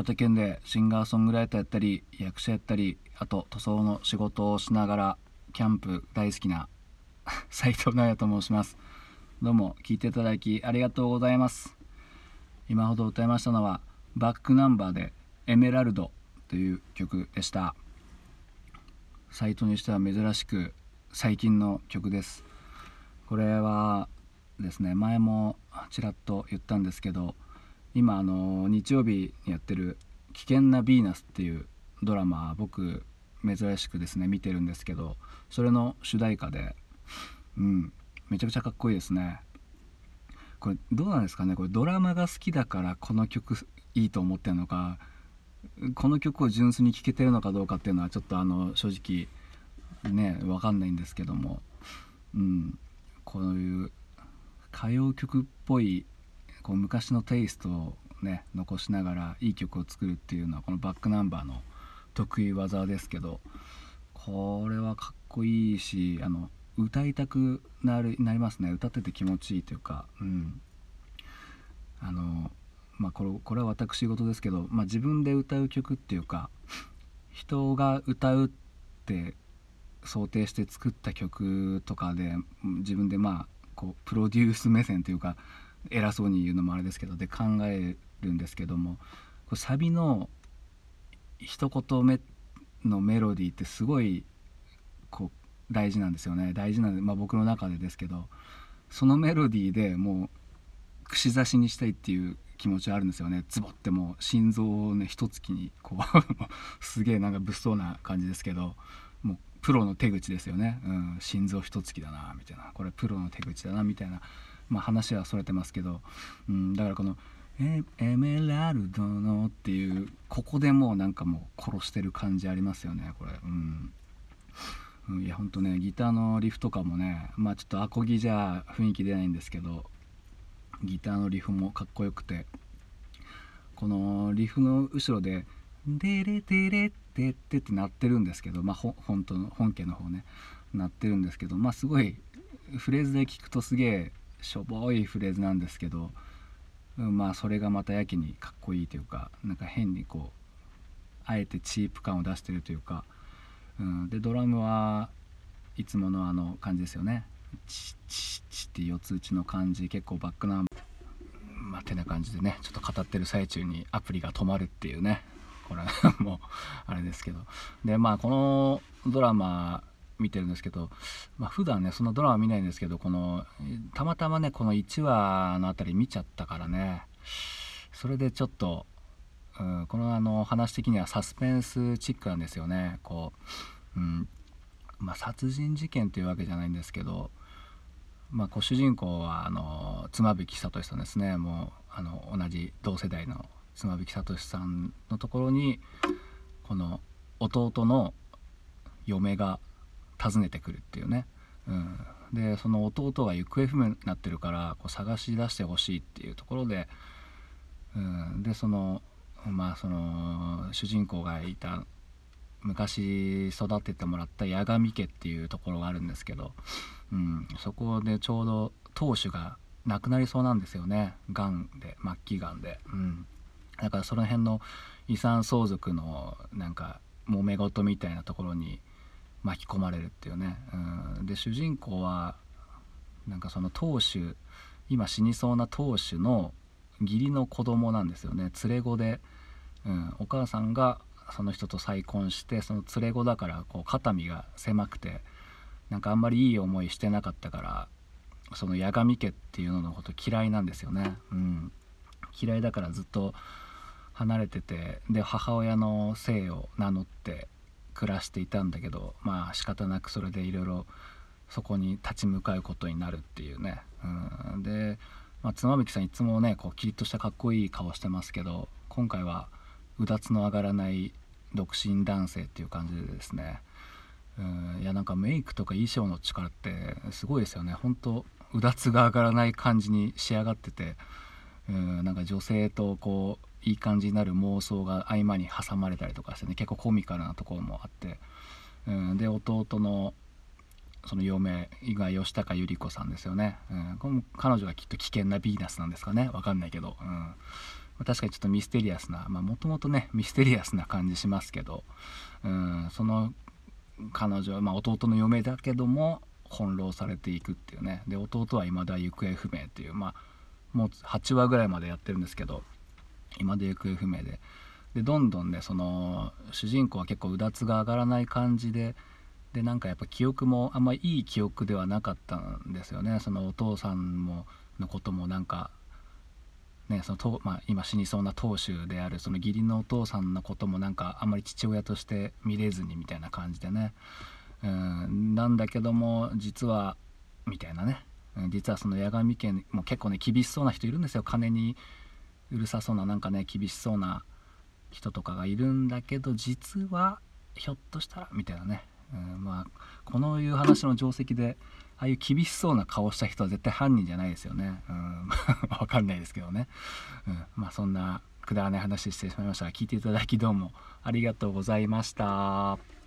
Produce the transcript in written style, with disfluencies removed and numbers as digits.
手県でシンガーソングライターやったり役者やったり、あと塗装の仕事をしながらキャンプ大好きな斉藤直也と申します。どうも聞いていただきありがとうございます。今ほど歌いましたのはバックナンバーでエメラルドという曲でした。サイトにしては珍しく最近の曲です。これはですね、前もちらっと言ったんですけど、今日曜日にやってる危険なヴィーナスっていうドラマ、僕珍しくですね見てるんですけど、それの主題歌で、めちゃくちゃかっこいいですね。これどうなんですかね、これドラマが好きだからこの曲いいと思ってるのか、この曲を純粋に聴けてるのかどうかっていうのはちょっと正直ね分かんないんですけども、こういう歌謡曲っぽいこう昔のテイストをね残しながらいい曲を作るっていうのはこのバックナンバーの得意技ですけど、これはかっこいいし歌いたくなりますね。歌ってて気持ちいいというか、これは私事ですけど、自分で歌う曲っていうか人が歌うって想定して作った曲とかで自分でこうプロデュース目線というか偉そうに言うのもあれですけどで考えるんですけども、こうサビの一言目のメロディーってすごいこう大事なんですよね。大事なんで、僕の中でですけど、そのメロディーでもう串刺しにしたいっていう気持ちはあるんですよね。ズボってもう心臓をね一突きにこうすげえなんか物騒な感じですけど、もうプロの手口ですよね。心臓一突きだなみたいな、これプロの手口だなみたいな、話はそれてますけど、だからこのエメラルドのっていうここでもうなんかもう殺してる感じありますよねこれ。いやほんとね、ギターのリフとかもね、ちょっとアコギじゃ雰囲気出ないんですけど、ギターのリフもかっこよくて、このリフの後ろでデレデレデってって鳴ってるんですけど、本家の方ね鳴ってるんですけど、すごいフレーズで聞くとすげえしょぼいフレーズなんですけど、それがまたやけにかっこいいというか、なんか変にこうあえてチープ感を出してるというか、でドラムはいつもの感じですよね。チッチッチッって四つ打ちの感じ、結構バックナンバーてな感じでね、ちょっと語ってる最中にアプリが止まるっていうね、これもうあれですけど、でこのドラマ見てるんですけど、普段ねそのドラマ見ないんですけど、このたまたまねこの1話のあたり見ちゃったからね、それでちょっと、この話的にはサスペンスチックなんですよね。こう、殺人事件というわけじゃないんですけど、こう主人公は妻夫木聡さんですね。もう同じ同世代の妻夫木聡さんのところにこの弟の嫁が訪ねてくるっていうね、でその弟が行方不明になってるからこう探し出してほしいっていうところで、でその主人公がいた昔育ててもらった八神家っていうところがあるんですけど、そこでちょうど当主が亡くなりそうなんですよね。がんで、末期がんで、だからその辺の遺産相続のなんか揉め事みたいなところに巻き込まれるっていうね、で主人公はなんかその当主、今死にそうな当主の義理の子供なんですよね。連れ子で、お母さんがその人と再婚して、その連れ子だからこう肩身が狭くてなんかあんまりいい思いしてなかったから、その八神家っていうののこと嫌いなんですよね。嫌いだからずっと離れてて、で母親の姓を名乗って暮らしていたんだけど、仕方なくそれでいろいろそこに立ち向かうことになるっていうね、で、妻夫木さんいつもねこうキリッとしたかっこいい顔してますけど、今回はうだつの上がらない独身男性っていう感じでですね、いやなんかメイクとか衣装の力ってすごいですよね。本当うだつが上がらない感じに仕上がってて、なんか女性とこういい感じになる妄想が合間に挟まれたりとかしてね、結構コミカルなところもあって、で弟のその嫁が吉高由里子さんですよね。この彼女がきっと危険なヴィーナスなんですかね、わかんないけど、 確かにちょっとミステリアスな、もともとねミステリアスな感じしますけど、その彼女は、弟の嫁だけども翻弄されていくっていうね。で弟は未だ行方不明っていう、もう8話ぐらいまでやってるんですけど未だ行方不明でどんどんねその主人公は結構うだつが上がらない感じでなんかやっぱ記憶もあんまりいい記憶ではなかったんですよね。そのお父さんのこともなんかね、今死にそうな当主であるその義理のお父さんのこともなんかあんまり父親として見れずにみたいな感じでね、なんだけども実はみたいなね、実はその八神家も結構ね厳しそうな人いるんですよ。金にうるさそうななんかね厳しそうな人とかがいるんだけど実はひょっとしたらみたいなね、このいう話の定石でああいう厳しそうな顔した人は絶対犯人じゃないですよね。わかんないですけどね。そんなくだらない話してしまいましたが、聞いていただきどうもありがとうございました。